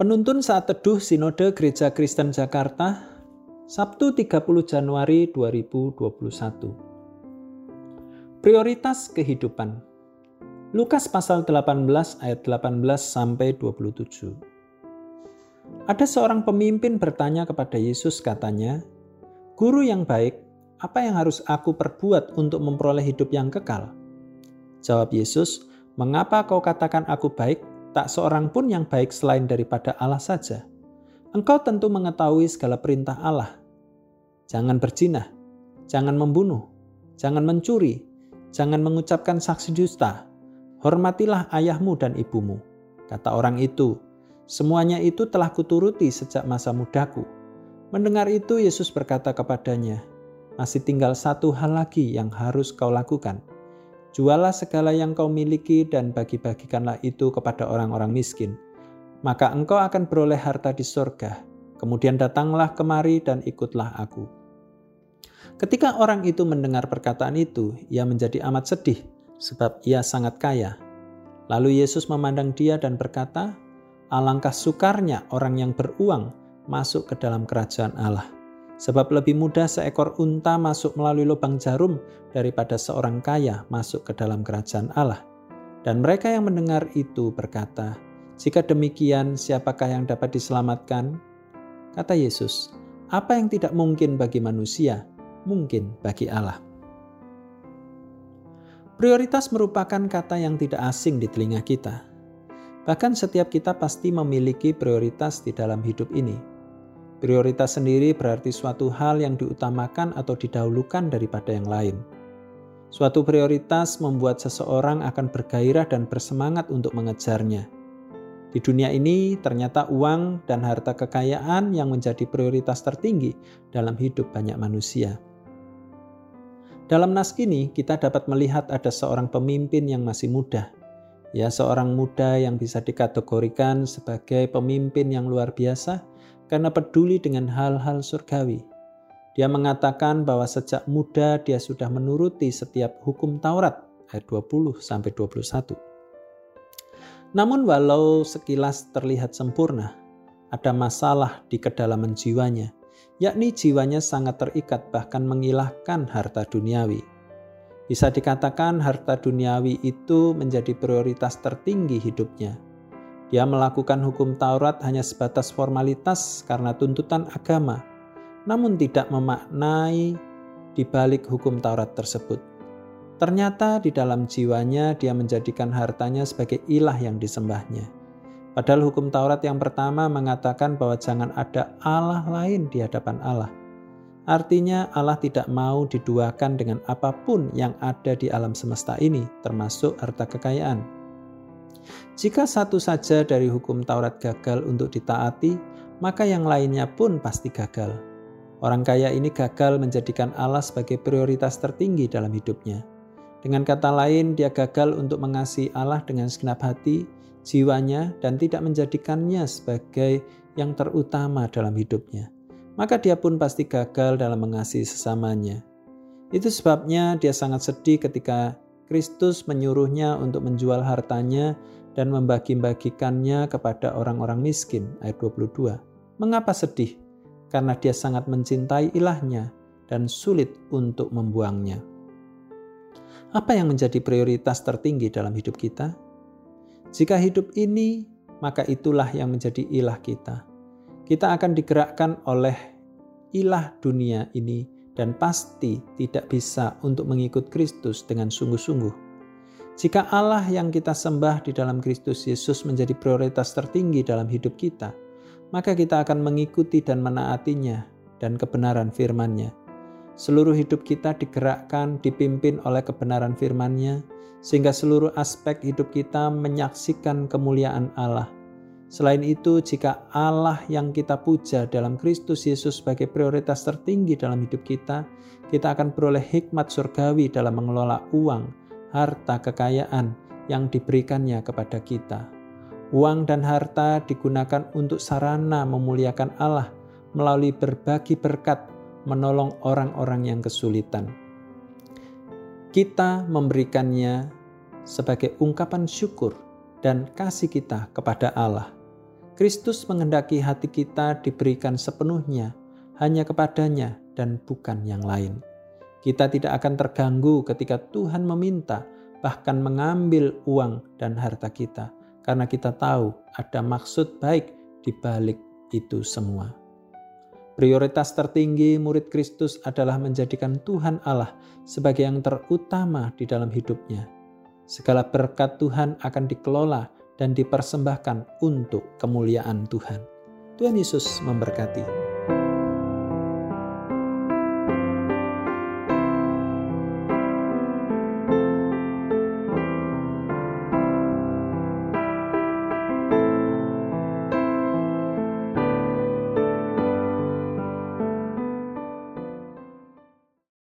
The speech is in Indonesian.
Penuntun Saat Teduh Sinode Gereja Kristen Jakarta, Sabtu 30 Januari 2021. Prioritas kehidupan. Lukas pasal 18 ayat 18 sampai 27. Ada seorang pemimpin bertanya kepada Yesus, katanya, "Guru yang baik, apa yang harus aku perbuat untuk memperoleh hidup yang kekal?" Jawab Yesus, "Mengapa kau katakan aku baik? Tak seorang pun yang baik selain daripada Allah saja. Engkau tentu mengetahui segala perintah Allah. Jangan berzina, jangan membunuh, jangan mencuri, jangan mengucapkan saksi dusta. Hormatilah ayahmu dan ibumu." Kata orang itu, "Semuanya itu telah kuturuti sejak masa mudaku." Mendengar itu, Yesus berkata kepadanya, "Masih tinggal satu hal lagi yang harus kau lakukan. Jualah segala yang kau miliki dan bagi-bagikanlah itu kepada orang-orang miskin. Maka engkau akan beroleh harta di sorga. Kemudian datanglah kemari dan ikutlah aku." Ketika orang itu mendengar perkataan itu, ia menjadi amat sedih, sebab ia sangat kaya. Lalu Yesus memandang dia dan berkata, "Alangkah sukarnya orang yang beruang masuk ke dalam kerajaan Allah. Sebab lebih mudah seekor unta masuk melalui lubang jarum daripada seorang kaya masuk ke dalam kerajaan Allah." Dan mereka yang mendengar itu berkata, "Jika demikian, siapakah yang dapat diselamatkan?" Kata Yesus, "Apa yang tidak mungkin bagi manusia, mungkin bagi Allah." Prioritas merupakan kata yang tidak asing di telinga kita. Bahkan setiap kita pasti memiliki prioritas di dalam hidup ini. Prioritas sendiri berarti suatu hal yang diutamakan atau didahulukan daripada yang lain. Suatu prioritas membuat seseorang akan bergairah dan bersemangat untuk mengejarnya. Di dunia ini ternyata uang dan harta kekayaan yang menjadi prioritas tertinggi dalam hidup banyak manusia. Dalam nas ini kita dapat melihat ada seorang pemimpin yang masih muda. Ya, seorang muda yang bisa dikategorikan sebagai pemimpin yang luar biasa karena peduli dengan hal-hal surgawi. Dia mengatakan bahwa sejak muda dia sudah menuruti setiap hukum Taurat, ayat 20-21. Namun walau sekilas terlihat sempurna, ada masalah di kedalaman jiwanya, yakni jiwanya sangat terikat bahkan mengilahkan harta duniawi. Bisa dikatakan harta duniawi itu menjadi prioritas tertinggi hidupnya. Dia melakukan hukum Taurat hanya sebatas formalitas karena tuntutan agama, namun tidak memaknai di balik hukum Taurat tersebut. Ternyata di dalam jiwanya dia menjadikan hartanya sebagai ilah yang disembahnya. Padahal hukum Taurat yang pertama mengatakan bahwa jangan ada Allah lain di hadapan Allah. Artinya Allah tidak mau diduakan dengan apapun yang ada di alam semesta ini, termasuk harta kekayaan. Jika satu saja dari hukum Taurat gagal untuk ditaati, maka yang lainnya pun pasti gagal. Orang kaya ini gagal menjadikan Allah sebagai prioritas tertinggi dalam hidupnya. Dengan kata lain, dia gagal untuk mengasihi Allah dengan segenap hati, jiwanya, dan tidak menjadikannya sebagai yang terutama dalam hidupnya. Maka dia pun pasti gagal dalam mengasihi sesamanya. Itu sebabnya dia sangat sedih ketika Kristus menyuruhnya untuk menjual hartanya dan membagi-bagikannya kepada orang-orang miskin, ayat 22. Mengapa sedih? Karena dia sangat mencintai ilahnya dan sulit untuk membuangnya. Apa yang menjadi prioritas tertinggi dalam hidup kita? Jika hidup ini, maka itulah yang menjadi ilah kita. Kita akan digerakkan oleh ilah dunia ini dan pasti tidak bisa untuk mengikut Kristus dengan sungguh-sungguh. Jika Allah yang kita sembah di dalam Kristus Yesus menjadi prioritas tertinggi dalam hidup kita, maka kita akan mengikuti dan menaatinya dan kebenaran firman-Nya. Seluruh hidup kita digerakkan, dipimpin oleh kebenaran firman-Nya, sehingga seluruh aspek hidup kita menyaksikan kemuliaan Allah. Selain itu, jika Allah yang kita puja dalam Kristus Yesus sebagai prioritas tertinggi dalam hidup kita, kita akan beroleh hikmat surgawi dalam mengelola uang, harta kekayaan yang diberikannya kepada kita. Uang dan harta digunakan untuk sarana memuliakan Allah melalui berbagi berkat, menolong orang-orang yang kesulitan. Kita memberikannya sebagai ungkapan syukur dan kasih kita kepada Allah. Kristus menghendaki hati kita diberikan sepenuhnya hanya kepadanya dan bukan yang lain. Kita tidak akan terganggu ketika Tuhan meminta, bahkan mengambil uang dan harta kita, karena kita tahu ada maksud baik di balik itu semua. Prioritas tertinggi murid Kristus adalah menjadikan Tuhan Allah sebagai yang terutama di dalam hidupnya. Segala berkat Tuhan akan dikelola dan dipersembahkan untuk kemuliaan Tuhan. Tuhan Yesus memberkati.